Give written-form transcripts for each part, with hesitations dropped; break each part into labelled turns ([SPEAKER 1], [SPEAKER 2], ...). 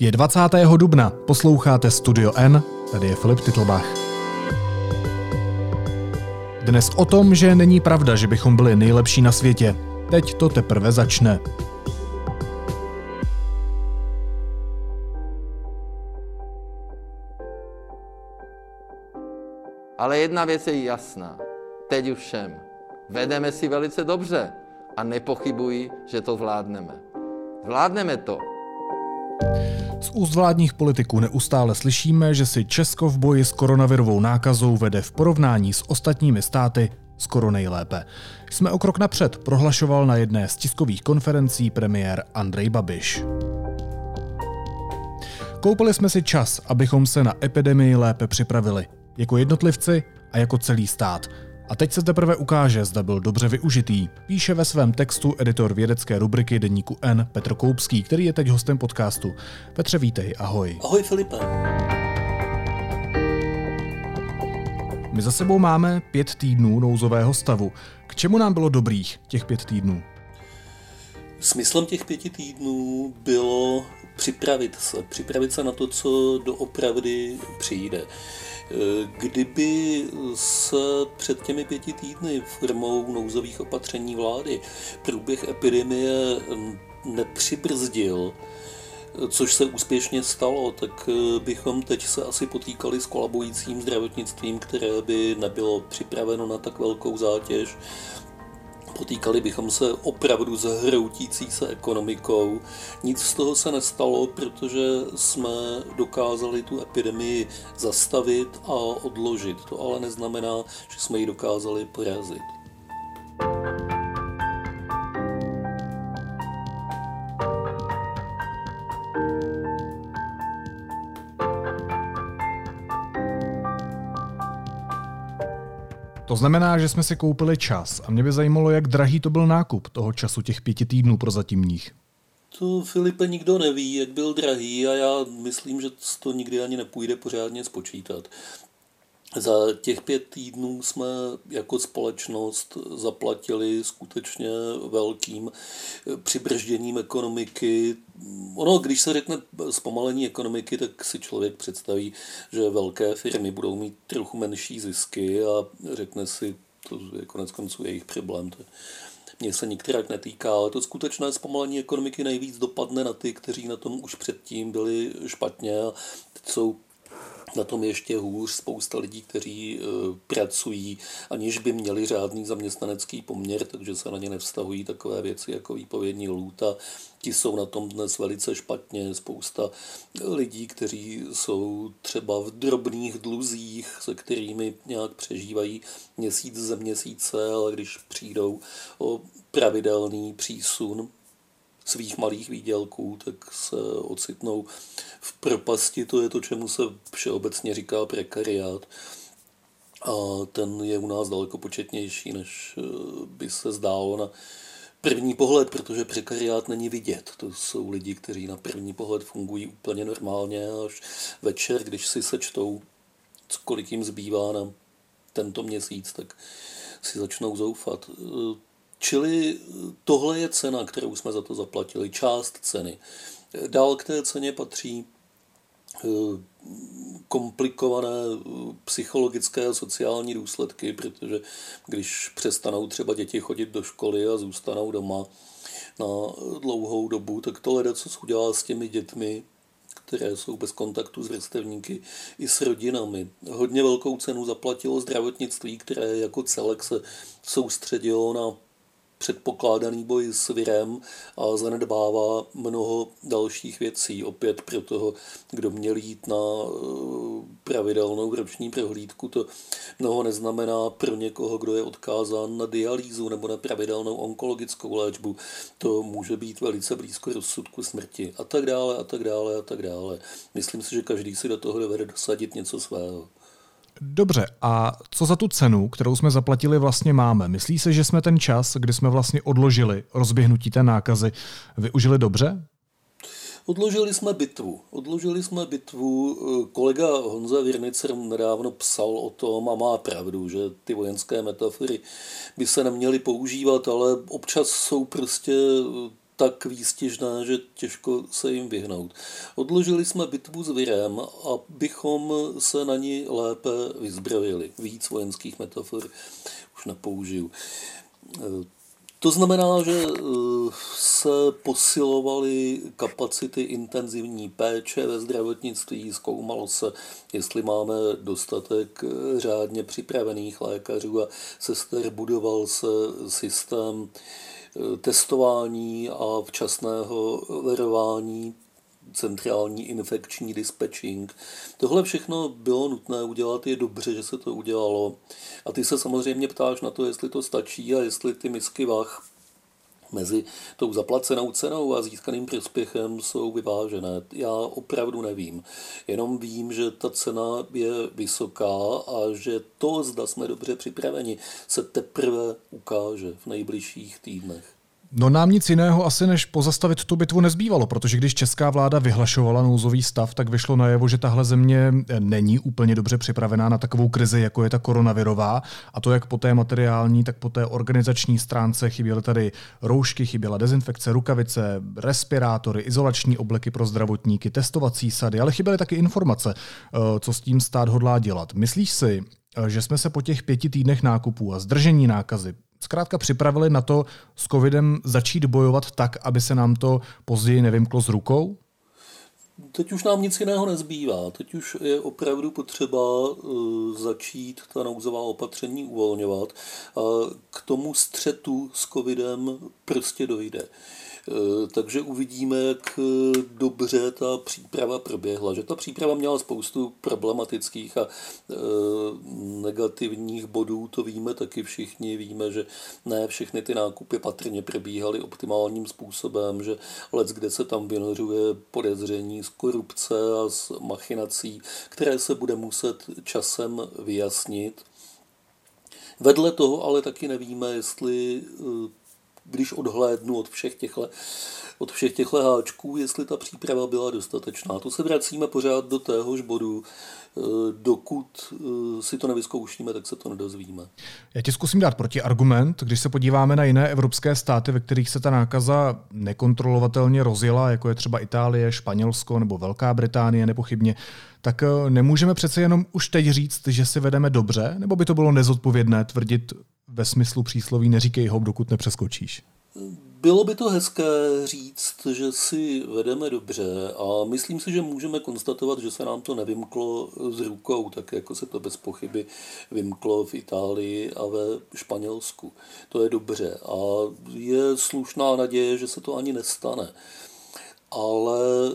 [SPEAKER 1] Je 20. dubna, posloucháte Studio N, tady je Filip Titlbach. Dnes o tom, že není pravda, že bychom byli nejlepší na světě. Teď to teprve začne.
[SPEAKER 2] Ale jedna věc je jasná. Teď už všem. Vedeme si velice dobře a nepochybuji, že to zvládneme. Zvládneme to.
[SPEAKER 1] Z úst vládních politiků neustále slyšíme, že si Česko v boji s koronavirovou nákazou vede v porovnání s ostatními státy skoro nejlépe. Jsme o krok napřed, prohlašoval na jedné z tiskových konferencí premiér Andrej Babiš. Koupili jsme si čas, abychom se na epidemii lépe připravili. Jako jednotlivci a jako celý stát. A teď se teprve ukáže, zda byl dobře využitý, píše ve svém textu editor vědecké rubriky deníku N Petr Koupský, který je teď hostem podcastu. Petře, vítej, ahoj.
[SPEAKER 3] Ahoj Filipe.
[SPEAKER 1] My za sebou máme 5 týdnů nouzového stavu. K čemu nám bylo dobrých těch 5 týdnů?
[SPEAKER 3] Smyslem těch 5 týdnů bylo připravit se na to, co doopravdy přijde. Kdyby se před těmi 5 týdny formou nouzových opatření vlády průběh epidemie nepřibrzdil, což se úspěšně stalo, tak bychom teď se asi potýkali s kolabujícím zdravotnictvím, které by nebylo připraveno na tak velkou zátěž. Potýkali bychom se opravdu s hroutící se ekonomikou. Nic z toho se nestalo, protože jsme dokázali tu epidemii zastavit a odložit. To ale neznamená, že jsme ji dokázali porazit.
[SPEAKER 1] To znamená, že jsme si koupili čas a mě by zajímalo, jak drahý to byl nákup toho času těch 5 týdnů prozatímních.
[SPEAKER 3] To, Filipe, nikdo neví, jak byl drahý a já myslím, že to nikdy ani nepůjde pořádně spočítat. Za těch 5 týdnů jsme jako společnost zaplatili skutečně velkým přibržděním ekonomiky. Ono, když se řekne zpomalení ekonomiky, tak si člověk představí, že velké firmy budou mít trochu menší zisky a řekne si, to je konec konců jejich problém. Mně se nikterak netýká, ale to skutečné zpomalení ekonomiky nejvíc dopadne na ty, kteří na tom už předtím byli špatně a teď jsou na tom ještě hůř. Spousta lidí, kteří pracují, aniž by měli řádný zaměstnanecký poměr, takže se na ně nevztahují takové věci jako výpovědní lhůta. Ti jsou na tom dnes velice špatně. Spousta lidí, kteří jsou třeba v drobných dluzích, se kterými nějak přežívají měsíc ze měsíce, ale když přijdou o pravidelný přísun svých malých výdělků, tak se ocitnou v propasti. To je to, čemu se všeobecně říká prekariát. A ten je u nás daleko početnější, než by se zdálo na první pohled, protože prekariát není vidět. To jsou lidi, kteří na první pohled fungují úplně normálně, až večer, když si sečtou, kolik jim zbývá na tento měsíc, tak si začnou zoufat. Čili tohle je cena, kterou jsme za to zaplatili, část ceny. Dál k té ceně patří komplikované psychologické a sociální důsledky, protože když přestanou třeba děti chodit do školy a zůstanou doma na dlouhou dobu, tak to ledacos udělá s těmi dětmi, které jsou bez kontaktu s vrstevníky, i s rodinami. Hodně velkou cenu zaplatilo zdravotnictví, které jako celek se soustředilo na předpokládaný boj s virem a zanedbává mnoho dalších věcí. Opět pro toho, kdo měl jít na pravidelnou roční prohlídku, to mnoho neznamená pro někoho, kdo je odkázán na dialýzu nebo na pravidelnou onkologickou léčbu. To může být velice blízko rozsudku smrti a tak dále, a tak dále, a tak dále. Myslím si, že každý si do toho dovede dosadit něco svého.
[SPEAKER 1] Dobře, a co za tu cenu, kterou jsme zaplatili, vlastně máme? Myslí se, že jsme ten čas, kdy jsme vlastně odložili rozběhnutí té nákazy, využili dobře?
[SPEAKER 3] Odložili jsme bitvu. Kolega Honza Virnicer nedávno psal o tom a má pravdu, že ty vojenské metafory by se neměly používat, ale občas jsou prostě tak výstižné, že těžko se jim vyhnout. Odložili jsme bitvu s virem, abychom se na ní lépe vyzbrojili. Víc vojenských metafor už nepoužiju. To znamená, že se posilovaly kapacity intenzivní péče ve zdravotnictví, zkoumalo se, jestli máme dostatek řádně připravených lékařů a sester, budoval se systém testování a včasného varování, centrální infekční dispatching. Tohle všechno bylo nutné udělat, je dobře, že se to udělalo. A ty se samozřejmě ptáš na to, jestli to stačí a jestli ty misky vah mezi tou zaplacenou cenou a získaným prospěchem jsou vyvážené. Já opravdu nevím. Jenom vím, že ta cena je vysoká a že to, zda jsme dobře připraveni, se teprve ukáže v nejbližších týdnech.
[SPEAKER 1] No nám nic jiného asi než pozastavit tu bitvu nezbývalo, protože když česká vláda vyhlašovala nouzový stav, tak vyšlo najevo, že tahle země není úplně dobře připravená na takovou krizi, jako je ta koronavirová. A to jak po té materiální, tak po té organizační stránce. Chyběly tady roušky, chyběla dezinfekce, rukavice, respirátory, izolační obleky pro zdravotníky, testovací sady, ale chyběly taky informace, co s tím stát hodlá dělat. Myslíš si, že jsme se po těch 5 týdnech nákupů a zdržení nákazy zkrátka připravili na to s covidem začít bojovat tak, aby se nám to později nevymklo z rukou?
[SPEAKER 3] Teď už nám nic jiného nezbývá. Teď už je opravdu potřeba začít ta nouzová opatření uvolňovat. A k tomu střetu s covidem prostě dojde. Takže uvidíme, jak dobře ta příprava proběhla. Že ta příprava měla spoustu problematických a negativních bodů, to víme taky všichni. Víme, že ne všechny ty nákupy patrně probíhaly optimálním způsobem, že leckde se tam vynořuje podezření z korupce a z machinací, které se bude muset časem vyjasnit. Vedle toho ale taky nevíme, jestli když odhlédnu od všech těchto háčků, jestli ta příprava byla dostatečná. To se vracíme pořád do téhož bodu. Dokud si to nevyzkoušíme, tak se to nedozvíme.
[SPEAKER 1] Já ti zkusím dát protiargument. Když se podíváme na jiné evropské státy, ve kterých se ta nákaza nekontrolovatelně rozjela, jako je třeba Itálie, Španělsko nebo Velká Británie nepochybně, tak nemůžeme přece jenom už teď říct, že si vedeme dobře, nebo by to bylo nezodpovědné tvrdit ve smyslu přísloví neříkej hop, dokud nepřeskočíš?
[SPEAKER 3] Bylo by to hezké říct, že si vedeme dobře a myslím si, že můžeme konstatovat, že se nám to nevymklo z rukou, tak jako se to bez pochyby vymklo v Itálii a ve Španělsku. To je dobře a je slušná naděje, že se to ani nestane. Ale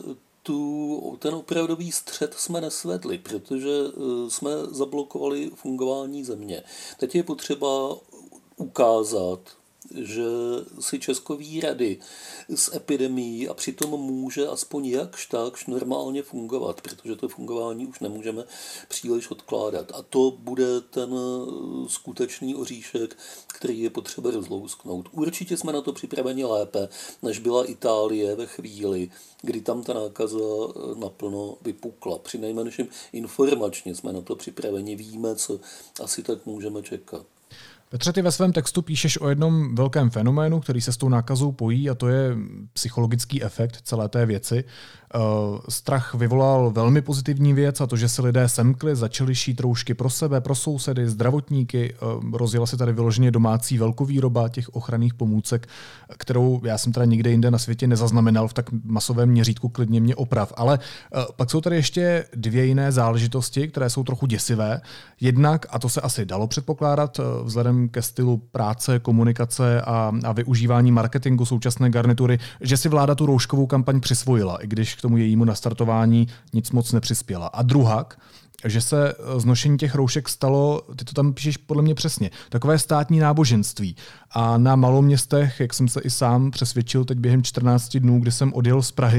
[SPEAKER 3] ten opravdový střet jsme nesvedli, protože jsme zablokovali fungování země. Teď je potřeba ukázat, že si Česko ví rady s epidemií a přitom může aspoň jakž takž normálně fungovat, protože to fungování už nemůžeme příliš odkládat. A to bude ten skutečný oříšek, který je potřeba rozlousknout. Určitě jsme na to připraveni lépe, než byla Itálie ve chvíli, kdy tam ta nákaza naplno vypukla. Přinejmenším informačně jsme na to připraveni, víme, co asi tak můžeme čekat.
[SPEAKER 1] Petře, ty ve svém textu píšeš o jednom velkém fenoménu, který se s tou nákazou pojí, a to je psychologický efekt celé té věci. Strach vyvolal velmi pozitivní věc, a to, že se lidé semkli, začali šít roušky pro sebe, pro sousedy, zdravotníky. Rozjela se tady vyloženě domácí velkovýroba těch ochranných pomůcek, kterou já jsem teda nikde jinde na světě nezaznamenal v tak masovém měřítku, klidně mě oprav. Ale pak jsou tady ještě 2 jiné záležitosti, které jsou trochu děsivé. Jednak, a to se asi dalo předpokládat vzhledem ke stylu práce, komunikace a využívání marketingu současné garnitury, že si vláda tu rouškovou kampaň přisvojila, i když k tomu jejímu nastartování nic moc nepřispěla. A druhak, že se z nošení těch roušek stalo, ty to tam píšeš podle mě přesně, takové státní náboženství. A na maloměstech, jak jsem se i sám přesvědčil teď během 14 dnů, kdy jsem odjel z Prahy,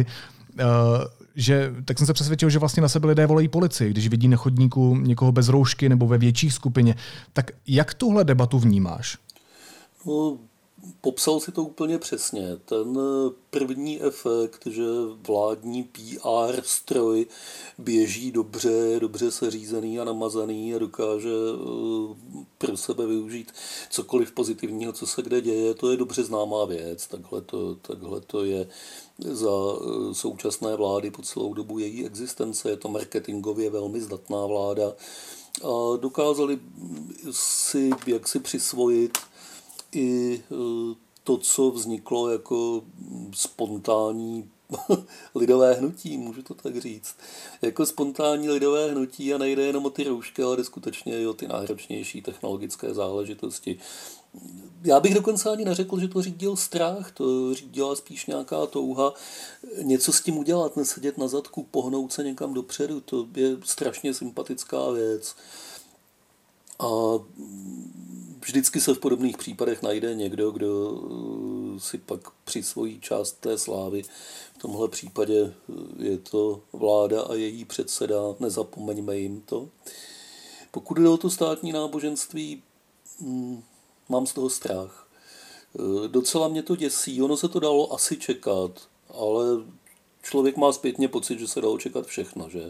[SPEAKER 1] tak jsem se přesvědčil, že vlastně na sebe lidé volají policii, když vidí na chodníku někoho bez roušky nebo ve větší skupině. Tak jak tuhle debatu vnímáš?
[SPEAKER 3] No, popsal si to úplně přesně. Ten první efekt, že vládní PR stroj běží dobře seřízený a namazaný a dokáže pro sebe využít cokoliv pozitivního, co se kde děje, to je dobře známá věc. Takhle to je za současné vlády po celou dobu její existence. Je to marketingově velmi zdatná vláda. A dokázali si jaksi přisvojit i to, co vzniklo jako spontánní lidové hnutí, můžu to tak říct. Jako spontánní lidové hnutí a nejde jenom o ty roušky, ale jde skutečně i o ty náročnější technologické záležitosti. Já bych dokonce ani neřekl, že to řídil strach, to řídila spíš nějaká touha něco s tím udělat, nesedět na zadku, pohnout se někam dopředu, to je strašně sympatická věc. A vždycky se v podobných případech najde někdo, kdo si pak přisvojí část té slávy. V tomhle případě je to vláda a její předseda, nezapomeňme jim to. Pokud jde o to státní náboženství, mám z toho strach. Docela mě to děsí, ono se to dalo asi čekat, ale člověk má zpětně pocit, že se dalo čekat všechno, že?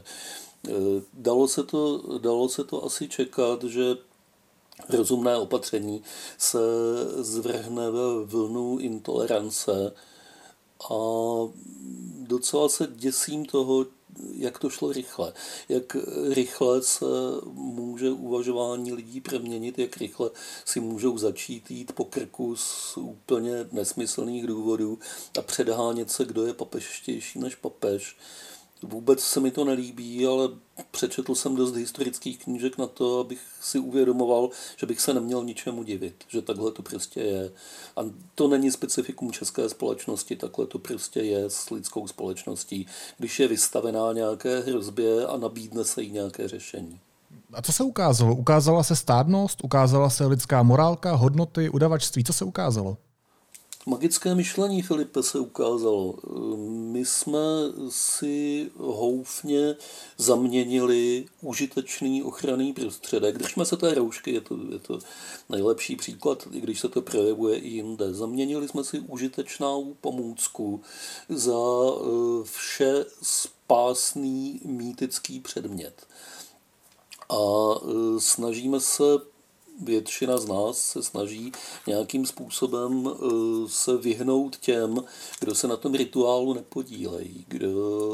[SPEAKER 3] Dalo se to asi čekat, že rozumné opatření se zvrhne ve vlnu intolerance a docela se děsím toho, jak to šlo rychle. Jak rychle se může uvažování lidí proměnit, jak rychle si můžou začít jít po krku z úplně nesmyslných důvodů a předhánět se, kdo je papežštější než papež. Vůbec se mi to nelíbí, ale přečetl jsem dost historických knížek na to, abych si uvědomoval, že bych se neměl ničemu divit, že takhle to prostě je. A to není specifikum české společnosti, takhle to prostě je s lidskou společností, když je vystavená nějaké hrozbě a nabídne se jí nějaké řešení.
[SPEAKER 1] A co se ukázalo? Ukázala se stádnost, ukázala se lidská morálka, hodnoty, udavačství, co se ukázalo?
[SPEAKER 3] Magické myšlení, Filipe, se ukázalo. My jsme si houfně zaměnili užitečný ochranný prostředek. Držme se té roušky, je to nejlepší příklad, i když se to projevuje i jinde. Zaměnili jsme si užitečnou pomůcku za vše spásný mýtický předmět. A snažíme se, většina z nás se snaží nějakým způsobem se vyhnout těm, kdo se na tom rituálu nepodílejí, kdo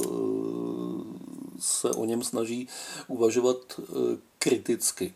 [SPEAKER 3] se o něm snaží uvažovat kriticky.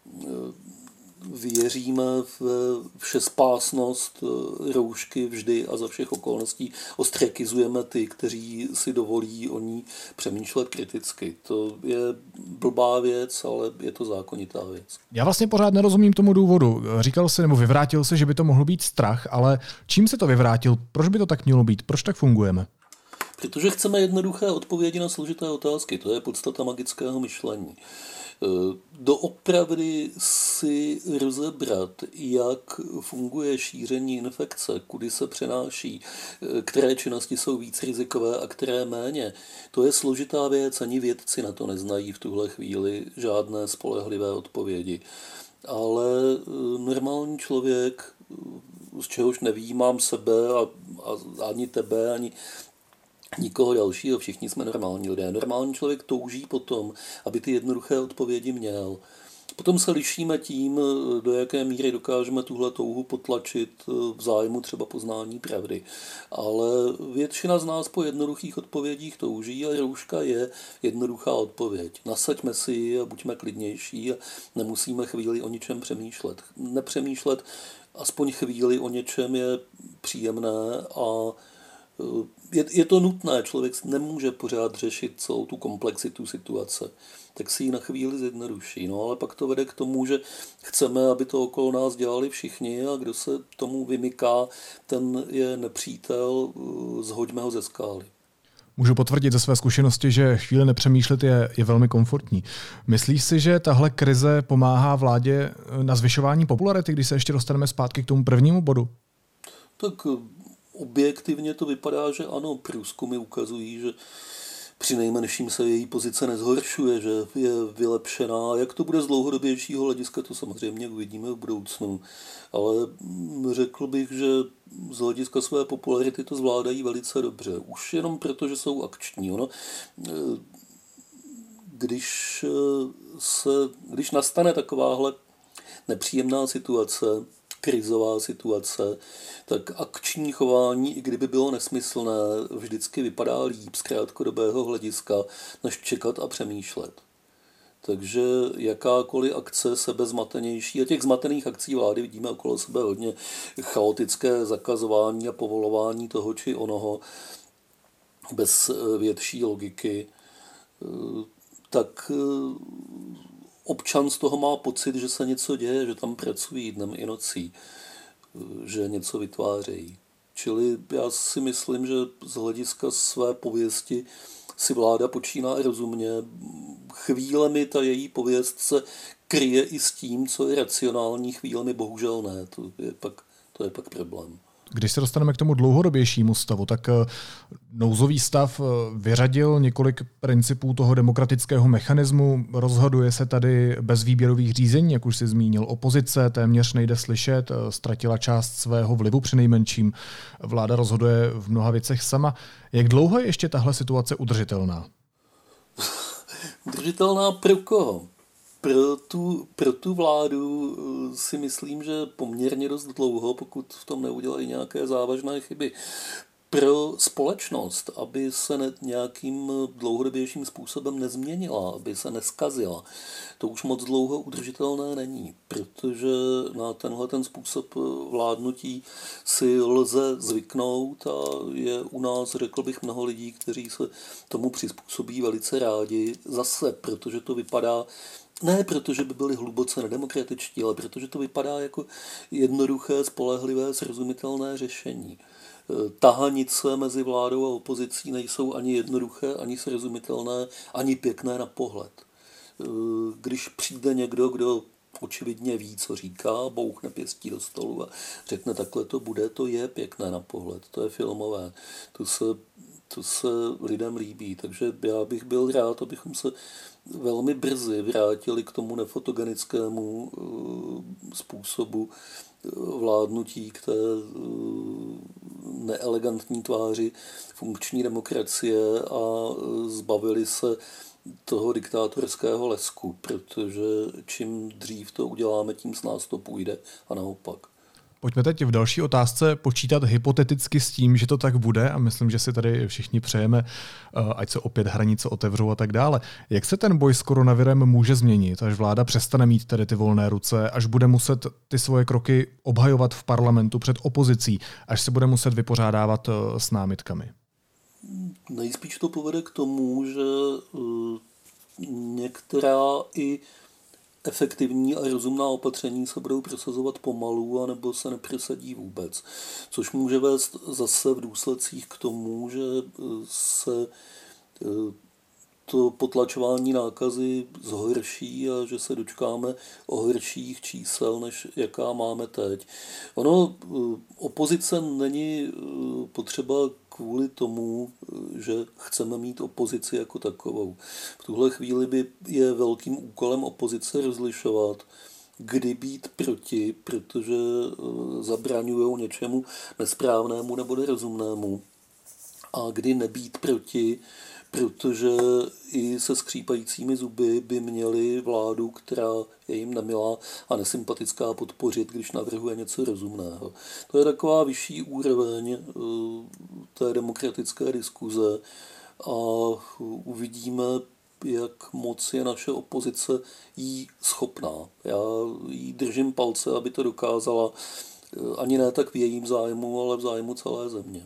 [SPEAKER 3] Věříme v všespásnost roušky vždy a za všech okolností ostrakizujeme ty, kteří si dovolí o ní přemýšlet kriticky. To je blbá věc, ale je to zákonitá věc.
[SPEAKER 1] Já vlastně pořád nerozumím tomu důvodu. Říkal jsi nebo vyvrátil se, že by to mohlo být strach, ale čím se to vyvrátil? Proč by to tak mělo být? Proč tak fungujeme?
[SPEAKER 3] Protože chceme jednoduché odpovědi na složité otázky. To je podstata magického myšlení. Doopravdy si rozebrat, jak funguje šíření infekce, kudy se přenáší, které činnosti jsou víc rizikové a které méně, to je složitá věc, ani vědci na to neznají v tuhle chvíli žádné spolehlivé odpovědi. Ale normální člověk, z čehož nevyjímám sebe a ani tebe, ani nikoho dalšího, všichni jsme normální lidé. Normální člověk touží potom, aby ty jednoduché odpovědi měl. Potom se lišíme tím, do jaké míry dokážeme tuhle touhu potlačit v zájmu třeba poznání pravdy. Ale většina z nás po jednoduchých odpovědích touží a rouška je jednoduchá odpověď. Nasaďme si ji a buďme klidnější a nemusíme chvíli o ničem přemýšlet. Nepřemýšlet aspoň chvíli o něčem je příjemné a je to nutné, člověk nemůže pořád řešit celou tu komplexitu situace, tak si ji na chvíli zjednoduší. No ale pak to vede k tomu, že chceme, aby to okolo nás dělali všichni a kdo se tomu vymyká, ten je nepřítel, zhoďme ho ze skály.
[SPEAKER 1] Můžu potvrdit ze své zkušenosti, že chvíli nepřemýšlet je velmi komfortní. Myslíš si, že tahle krize pomáhá vládě na zvyšování popularity, když se ještě dostaneme zpátky k tomu prvnímu bodu?
[SPEAKER 3] Tak objektivně to vypadá, že ano, průzkumy ukazují, že přinejmenším se její pozice nezhoršuje, že je vylepšená. Jak to bude z dlouhodobějšího hlediska, to samozřejmě uvidíme v budoucnu. Ale řekl bych, že z hlediska své popularity to zvládají velice dobře. Už jenom proto, že jsou akční. Když nastane takováhle nepříjemná situace, krizová situace, tak akční chování, i kdyby bylo nesmyslné, vždycky vypadá líp z krátkodobého hlediska, než čekat a přemýšlet. Takže jakákoliv akce sebezmatenější, a těch zmatených akcí vlády vidíme okolo sebe hodně, chaotické zakazování a povolování toho či onoho bez větší logiky, tak občan z toho má pocit, že se něco děje, že tam pracují dnem i nocí, že něco vytvářejí. Čili já si myslím, že z hlediska své pověsti si vláda počíná rozumně. Chvílemi ta její pověst se kryje i s tím, co je racionální, chvílemi bohužel ne. To je pak problém.
[SPEAKER 1] Když se dostaneme k tomu dlouhodobějšímu stavu, tak nouzový stav vyřadil několik principů toho demokratického mechanismu. Rozhoduje se tady bez výběrových řízení, jak už si zmínil. Opozice téměř nejde slyšet, ztratila část svého vlivu přinejmenším. Vláda rozhoduje v mnoha věcech sama. Jak dlouho je ještě tahle situace udržitelná?
[SPEAKER 3] Udržitelná pro koho? Pro tu vládu si myslím, že poměrně dost dlouho, pokud v tom neudělají nějaké závažné chyby. Pro společnost, aby se nějakým dlouhodobějším způsobem nezměnila, aby se neskazila, to už moc dlouho udržitelné není, protože na ten způsob vládnutí si lze zvyknout a je u nás, řekl bych, mnoho lidí, kteří se tomu přizpůsobí velice rádi, zase, protože to vypadá, ne protože by byli hluboce nedemokratičtí, ale protože to vypadá jako jednoduché, spolehlivé, srozumitelné řešení. Tahanice mezi vládou a opozicí nejsou ani jednoduché, ani srozumitelné, ani pěkné na pohled. Když přijde někdo, kdo očividně ví, co říká, bouchne pěstí do stolu a řekne, takhle to bude, to je pěkné na pohled, to je filmové, to se lidem líbí. Takže já bych byl rád, abychom se velmi brzy vrátili k tomu nefotogenickému způsobu vládnutí, k té neelegantní tváři funkční demokracie a zbavili se toho diktátorského lesku, protože čím dřív to uděláme, tím s nás to půjde a naopak.
[SPEAKER 1] Pojďme teď v další otázce počítat hypoteticky s tím, že to tak bude a myslím, že si tady všichni přejeme, ať se opět hranice otevřou a tak dále. Jak se ten boj s koronavirem může změnit, až vláda přestane mít tedy ty volné ruce, až bude muset ty svoje kroky obhajovat v parlamentu před opozicí, až se bude muset vypořádávat s námitkami?
[SPEAKER 3] Nejspíš to povede k tomu, že některá i efektivní a rozumná opatření se budou prosazovat pomalu, anebo se neprosadí vůbec. Což může vést zase v důsledcích k tomu, že se to potlačování nákazy zhorší a že se dočkáme o horších čísel, než jaká máme teď. Opozice není potřeba kvůli tomu, že chceme mít opozici jako takovou. V tuhle chvíli je velkým úkolem opozice rozlišovat, kdy být proti, protože zabraňují něčemu nesprávnému nebo nerozumnému, a kdy nebýt proti, protože i se skřípajícími zuby by měli vládu, která je jim nemilá a nesympatická, podpořit, když navrhuje něco rozumného. To je taková vyšší úroveň té demokratické diskuze a uvidíme, jak moc je naše opozice jí schopná. Já jí držím palce, aby to dokázala, ani ne tak v jejím zájmu, ale v zájmu celé země.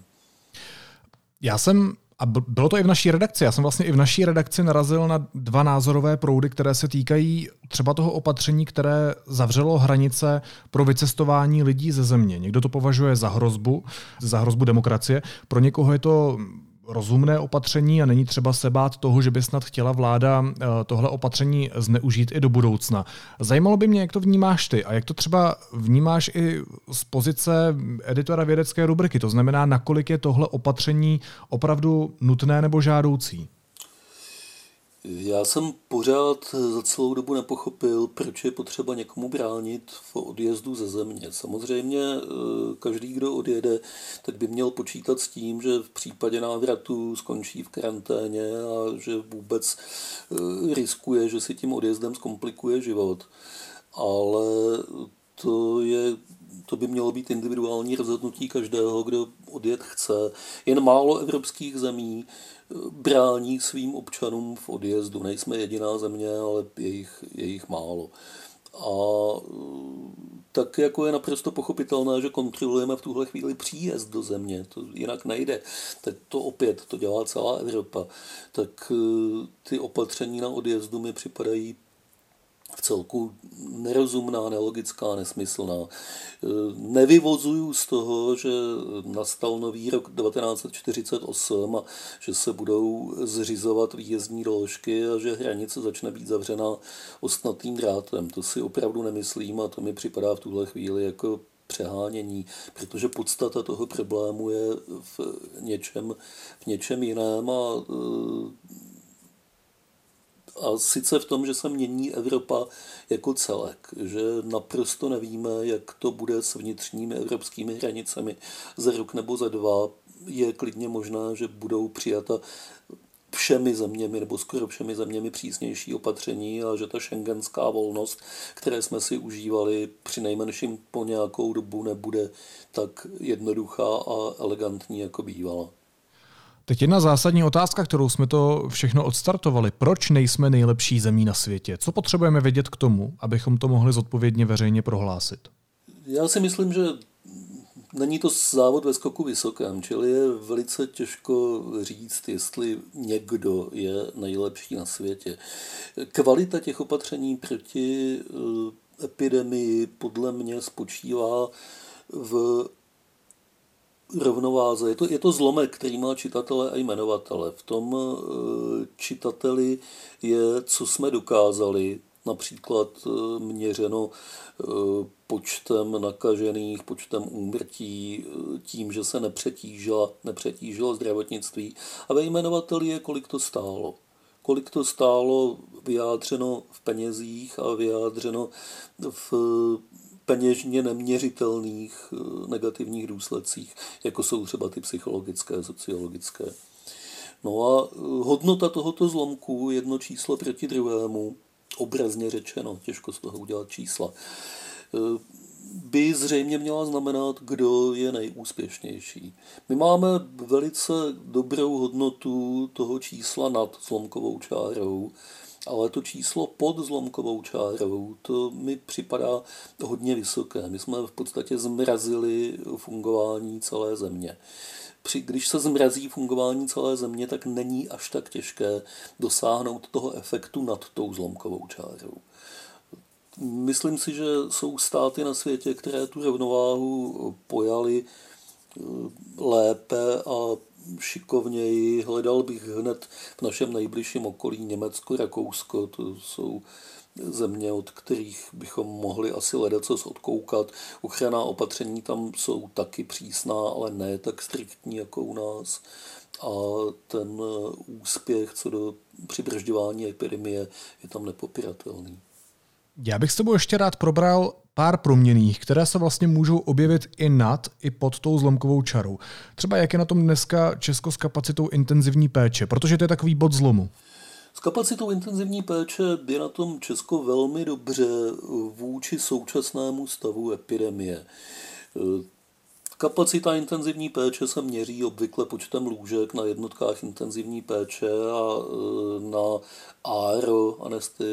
[SPEAKER 1] A bylo to i v naší redakci. Já jsem vlastně i v naší redakci narazil na dva názorové proudy, které se týkají třeba toho opatření, které zavřelo hranice pro vycestování lidí ze země. Někdo to považuje za hrozbu demokracie. Pro někoho je to rozumné opatření a není třeba se bát toho, že by snad chtěla vláda tohle opatření zneužít i do budoucna. Zajímalo by mě, jak to vnímáš ty a jak to třeba vnímáš i z pozice editora vědecké rubriky. To znamená, nakolik je tohle opatření opravdu nutné nebo žádoucí?
[SPEAKER 3] Já jsem pořád za celou dobu nepochopil, proč je potřeba někomu bránit v odjezdu ze země. Samozřejmě každý, kdo odjede, tak by měl počítat s tím, že v případě návratu skončí v karanténě a že vůbec riskuje, že si tím odjezdem zkomplikuje život. Ale to by mělo být individuální rozhodnutí každého, kdo odjet chce. Jen málo evropských zemí brání svým občanům v odjezdu. Nejsme jediná země, ale je jich málo. A tak jako je naprosto pochopitelné, že kontrolujeme v tuhle chvíli příjezd do země, to jinak nejde. Tak to dělá celá Evropa. Tak ty opatření na odjezdu mi připadají v celku nerozumná, nelogická, nesmyslná. Nevyvozuju z toho, že nastal nový rok 1948 a že se budou zřizovat výjezdní doložky a že hranice začne být zavřená ostnatým drátem. To si opravdu nemyslím a to mi připadá v tuhle chvíli jako přehánění, protože podstata toho problému je v něčem jiném a sice v tom, že se mění Evropa jako celek, že naprosto nevíme, jak to bude s vnitřními evropskými hranicemi za rok nebo za dva. Je klidně možné, že budou přijata všemi zeměmi nebo skoro všemi zeměmi přísnější opatření a že ta schengenská volnost, které jsme si užívali při nejmenším po nějakou dobu, nebude tak jednoduchá a elegantní, jako bývala.
[SPEAKER 1] Teď jedna zásadní otázka, kterou jsme to všechno odstartovali. Proč nejsme nejlepší zemí na světě? Co potřebujeme vědět k tomu, abychom to mohli zodpovědně veřejně prohlásit?
[SPEAKER 3] Já si myslím, že není to závod ve skoku vysokém, čili je velice těžko říct, jestli někdo je nejlepší na světě. Kvalita těch opatření proti epidemii podle mě spočívá v rovnováze. Je to zlomek, který má čitatele a jmenovatele. V tom čitateli je, co jsme dokázali, například měřeno počtem nakažených, počtem úmrtí, tím, že se nepřetížilo zdravotnictví. A ve jmenovateli je, kolik to stálo. Kolik to stálo vyjádřeno v penězích a vyjádřeno v peněžně neměřitelných negativních důsledcích, jako jsou třeba ty psychologické, sociologické. No a hodnota tohoto zlomku, jedno číslo proti druhému, obrazně řečeno, těžko z toho udělat čísla, by zřejmě měla znamenat, kdo je nejúspěšnější. My máme velice dobrou hodnotu toho čísla nad zlomkovou čárou, ale to číslo pod zlomkovou čárou, to mi připadá hodně vysoké. My jsme v podstatě zmrazili fungování celé země. Když se zmrazí fungování celé země, tak není až tak těžké dosáhnout toho efektu nad tou zlomkovou čárou. Myslím si, že jsou státy na světě, které tu rovnováhu pojaly lépe a šikovněji. Hledal bych hned v našem nejbližším okolí Německo, Rakousko. To jsou země, od kterých bychom mohli asi ledacos odkoukat. Ochranná opatření tam jsou taky přísná, ale ne tak striktní jako u nás. A ten úspěch co do přibržďování epidemie je tam nepopiratelný.
[SPEAKER 1] Já bych s tebou ještě rád probral pár proměnných, které se vlastně můžou objevit i nad, i pod tou zlomkovou čarou. Třeba jak je na tom dneska Česko s kapacitou intenzivní péče, protože to je takový bod zlomu.
[SPEAKER 3] S kapacitou intenzivní péče je na tom Česko velmi dobře vůči současnému stavu epidemie. Kapacita intenzivní péče se měří obvykle počtem lůžek na jednotkách intenzivní péče a na ARO,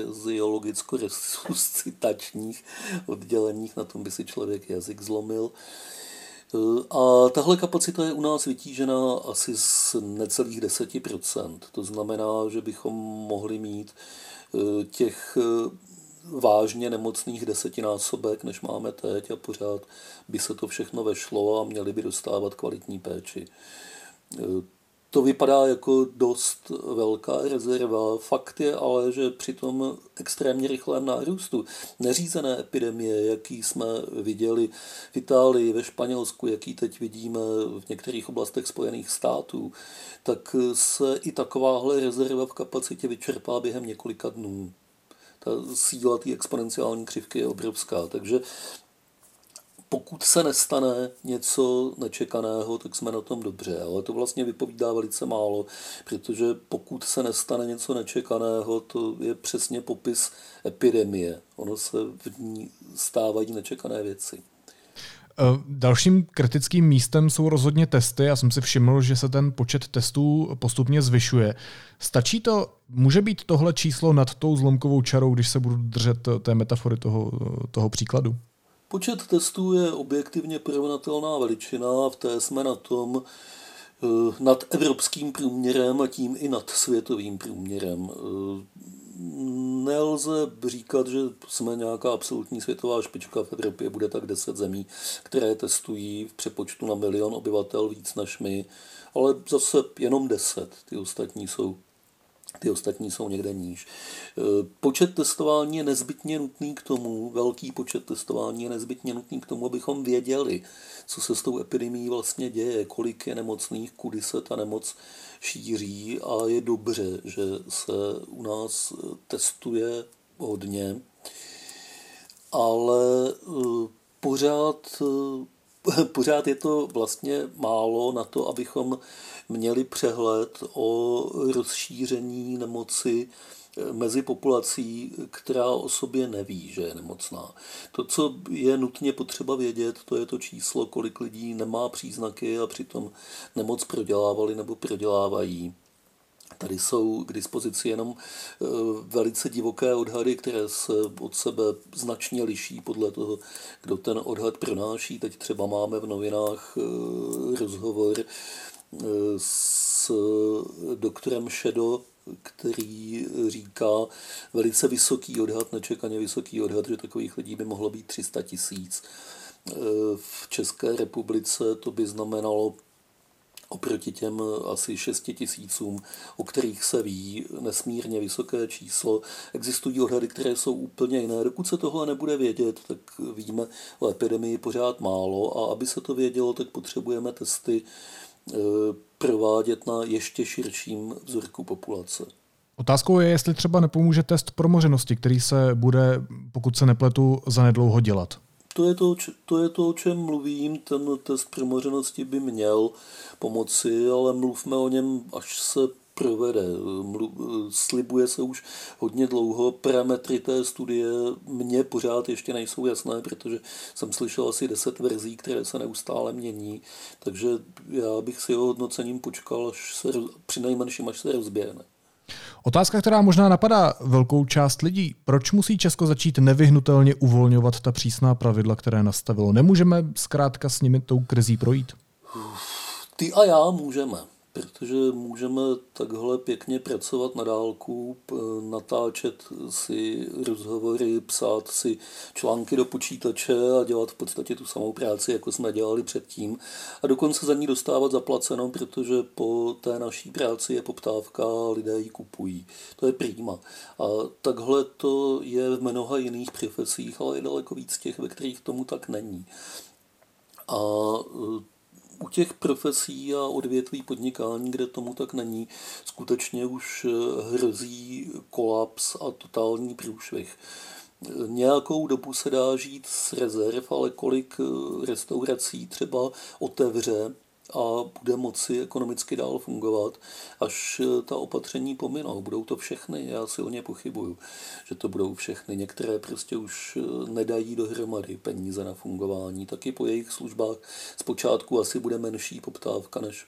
[SPEAKER 3] anesteziologicko-resuscitačních odděleních, na tom by si člověk jazyk zlomil. A tahle kapacita je u nás vytížená asi z necelých 10%. To znamená, že bychom mohli mít těch vážně nemocných 10násobek, než máme teď a pořád by se to všechno vešlo a měli by dostávat kvalitní péči. To vypadá jako dost velká rezerva. Fakt je ale, že při tom extrémně rychlém nárůstu neřízené epidemie, jaký jsme viděli v Itálii, ve Španělsku, jaký teď vidíme v některých oblastech Spojených států, tak se i takováhle rezerva v kapacitě vyčerpá během několika dnů. Ta síla té exponenciální křivky je obrovská, takže pokud se nestane něco nečekaného, tak jsme na tom dobře, ale to vlastně vypovídá velice málo, protože pokud se nestane něco nečekaného, to je přesně popis epidemie. Ono se v ní stávají nečekané věci.
[SPEAKER 1] Dalším kritickým místem jsou rozhodně testy. Já jsem si všiml, že se ten počet testů postupně zvyšuje. Stačí to, může být tohle číslo nad tou zlomkovou čarou, když se budu držet té metafory toho příkladu?
[SPEAKER 3] Počet testů je objektivně porovnatelná veličina, v té jsme na tom nad evropským průměrem a tím i nad světovým průměrem. Nelze říkat, že jsme nějaká absolutní světová špička. V Evropě bude tak 10 zemí, které testují v přepočtu na 1 milion obyvatel víc než my, ale zase jenom 10, ty ostatní jsou někde níž. Počet testování je nezbytně nutný k tomu, velký počet testování je nezbytně nutný k tomu, abychom věděli, co se s tou epidemií vlastně děje, kolik je nemocných, kudy se ta nemoc šíří a je dobře, že se u nás testuje hodně, ale pořád je to vlastně málo na to, abychom měli přehled o rozšíření nemoci mezi populací, která o sobě neví, že je nemocná. To, co je nutně potřeba vědět, to je to číslo, kolik lidí nemá příznaky a přitom nemoc prodělávali nebo prodělávají. Tady jsou k dispozici jenom velice divoké odhady, které se od sebe značně liší podle toho, kdo ten odhad pronáší. Teď třeba máme v novinách rozhovor s doktorem Šedo, který říká velice vysoký odhad, nečekaně vysoký odhad, že takových lidí by mohlo být 300 000. V České republice to by znamenalo oproti těm asi 6 000, o kterých se ví, nesmírně vysoké číslo. Existují odhady, které jsou úplně jiné. Dokud se tohle nebude vědět, tak víme o epidemii pořád málo a aby se to vědělo, tak potřebujeme testy provádět na ještě širším vzorku populace.
[SPEAKER 1] Otázkou je, jestli třeba nepomůže test promořenosti, který se bude, pokud se nepletu, zanedlouho dělat.
[SPEAKER 3] To je to, o čem mluvím. Ten test promořenosti by měl pomoci, ale mluvme o něm, až se provede. Slibuje se už hodně dlouho. Parametry té studie mně pořád ještě nejsou jasné, protože jsem slyšel asi 10 verzí, které se neustále mění. Takže já bych si jeho hodnocením počkal, přinejmenším až se rozběhne.
[SPEAKER 1] Otázka, která možná napadá velkou část lidí. Proč musí Česko začít nevyhnutelně uvolňovat ta přísná pravidla, které nastavilo? Nemůžeme zkrátka s nimi tou krizí projít?
[SPEAKER 3] Ty a já můžeme, protože můžeme takhle pěkně pracovat na dálku, natáčet si rozhovory, psát si články do počítače a dělat v podstatě tu samou práci, jako jsme dělali předtím. A dokonce za ní dostávat zaplaceno, protože po té naší práci je poptávka a lidé ji kupují. To je prima. A takhle to je v mnoha jiných profesích, ale je daleko víc těch, ve kterých tomu tak není. A u těch profesí a odvětví podnikání, kde tomu tak není, skutečně už hrozí kolaps a totální průšvih. Nějakou dobu se dá žít z rezerv, ale kolik restaurací třeba otevře a bude moci ekonomicky dál fungovat, až ta opatření pominou. Budou to všechny? Já silně pochybuju, že to budou všechny. Některé prostě už nedají dohromady peníze na fungování. Taky po jejich službách zpočátku asi bude menší poptávka, než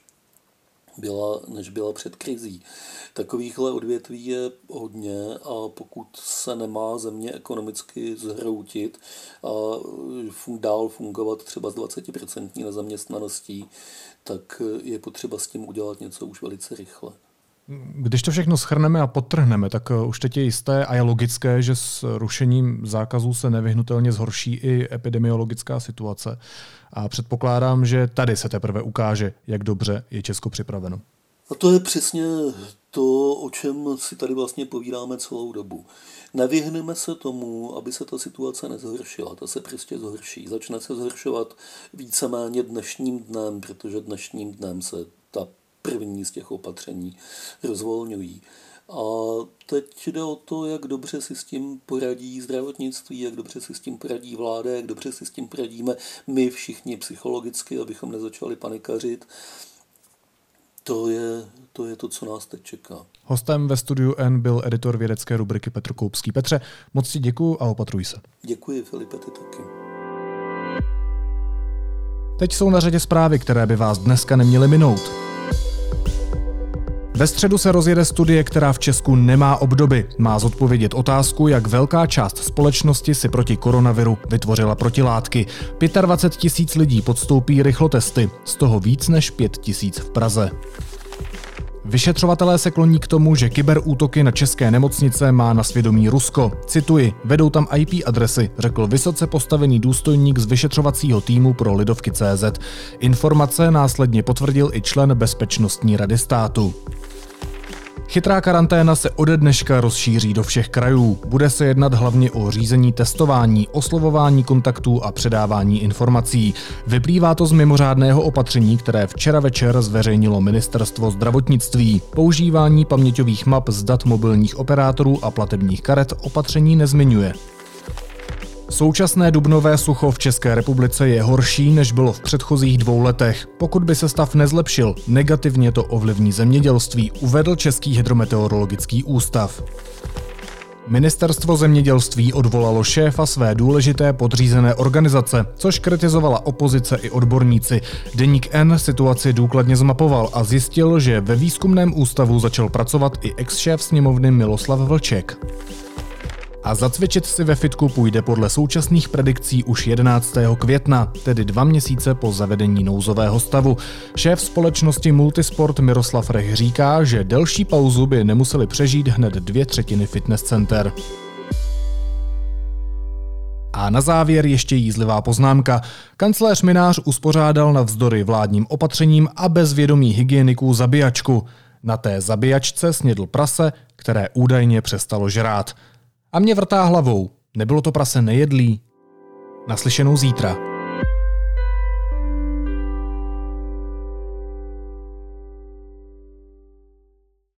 [SPEAKER 3] byla před krizí. Takovýchhle odvětví je hodně a pokud se nemá země ekonomicky zhroutit a dál fungovat třeba s 20% nezaměstnaností, tak je potřeba s tím udělat něco už velice rychle.
[SPEAKER 1] Když to všechno shrneme a podtrhneme, tak už teď je jisté a je logické, že s rušením zákazů se nevyhnutelně zhorší i epidemiologická situace. A předpokládám, že tady se teprve ukáže, jak dobře je Česko připraveno.
[SPEAKER 3] A to je přesně to, o čem si tady vlastně povídáme celou dobu. Nevyhneme se tomu, aby se ta situace nezhoršila. Ta se prostě zhorší. Začne se zhoršovat víceméně dnešním dnem, protože dnešním dnem se ta první z těch opatření rozvolňují. A teď jde o to, jak dobře si s tím poradí zdravotnictví, jak dobře si s tím poradí vláda, jak dobře si s tím poradíme my všichni psychologicky, abychom nezačali panikařit. To je to, co nás teď čeká.
[SPEAKER 1] Hostem ve Studiu N byl editor vědecké rubriky Petr Koupský. Petře, moc ti děkuju a opatruj se.
[SPEAKER 3] Děkuji, Filipe, ty taky.
[SPEAKER 1] Teď jsou na řadě zprávy, které by vás dneska neměly minout. Ve středu se rozjede studie, která v Česku nemá obdoby. Má zodpovědět otázku, jak velká část společnosti si proti koronaviru vytvořila protilátky. 25 000 lidí podstoupí rychlotesty, z toho víc než 5 000 v Praze. Vyšetřovatelé se kloní k tomu, že kyberútoky na české nemocnice má na svědomí Rusko. Cituji, vedou tam IP adresy, řekl vysoce postavený důstojník z vyšetřovacího týmu pro Lidovky.cz. Informace následně potvrdil i člen Bezpečnostní rady státu. Chytrá karanténa se ode dneška rozšíří do všech krajů. Bude se jednat hlavně o řízení testování, oslovování kontaktů a předávání informací. Vyplývá to z mimořádného opatření, které včera večer zveřejnilo Ministerstvo zdravotnictví. Používání paměťových map z dat mobilních operátorů a platebních karet opatření nezmiňuje. Současné dubnové sucho v České republice je horší, než bylo v předchozích 2 letech. Pokud by se stav nezlepšil, negativně to ovlivní zemědělství, uvedl Český hydrometeorologický ústav. Ministerstvo zemědělství odvolalo šéfa své důležité podřízené organizace, což kritizovala opozice i odborníci. Deník N situaci důkladně zmapoval a zjistil, že ve výzkumném ústavu začal pracovat i ex-šéf sněmovny Miloslav Vlček. A zacvičit si ve fitku půjde podle současných predikcí už 11. května, tedy 2 měsíce po zavedení nouzového stavu. Šéf společnosti Multisport Miroslav Rech říká, že delší pauzu by nemuseli přežít hned 2/3 fitness center. A na závěr ještě jízlivá poznámka. Kancléř Mynář uspořádal navzdory vládním opatřením a bez vědomí hygieniků zabíjačku. Na té zabíjačce snědl prase, které údajně přestalo žrát. A mě vrtá hlavou. Nebylo to prase nejedlý? Naslyšenou zítra.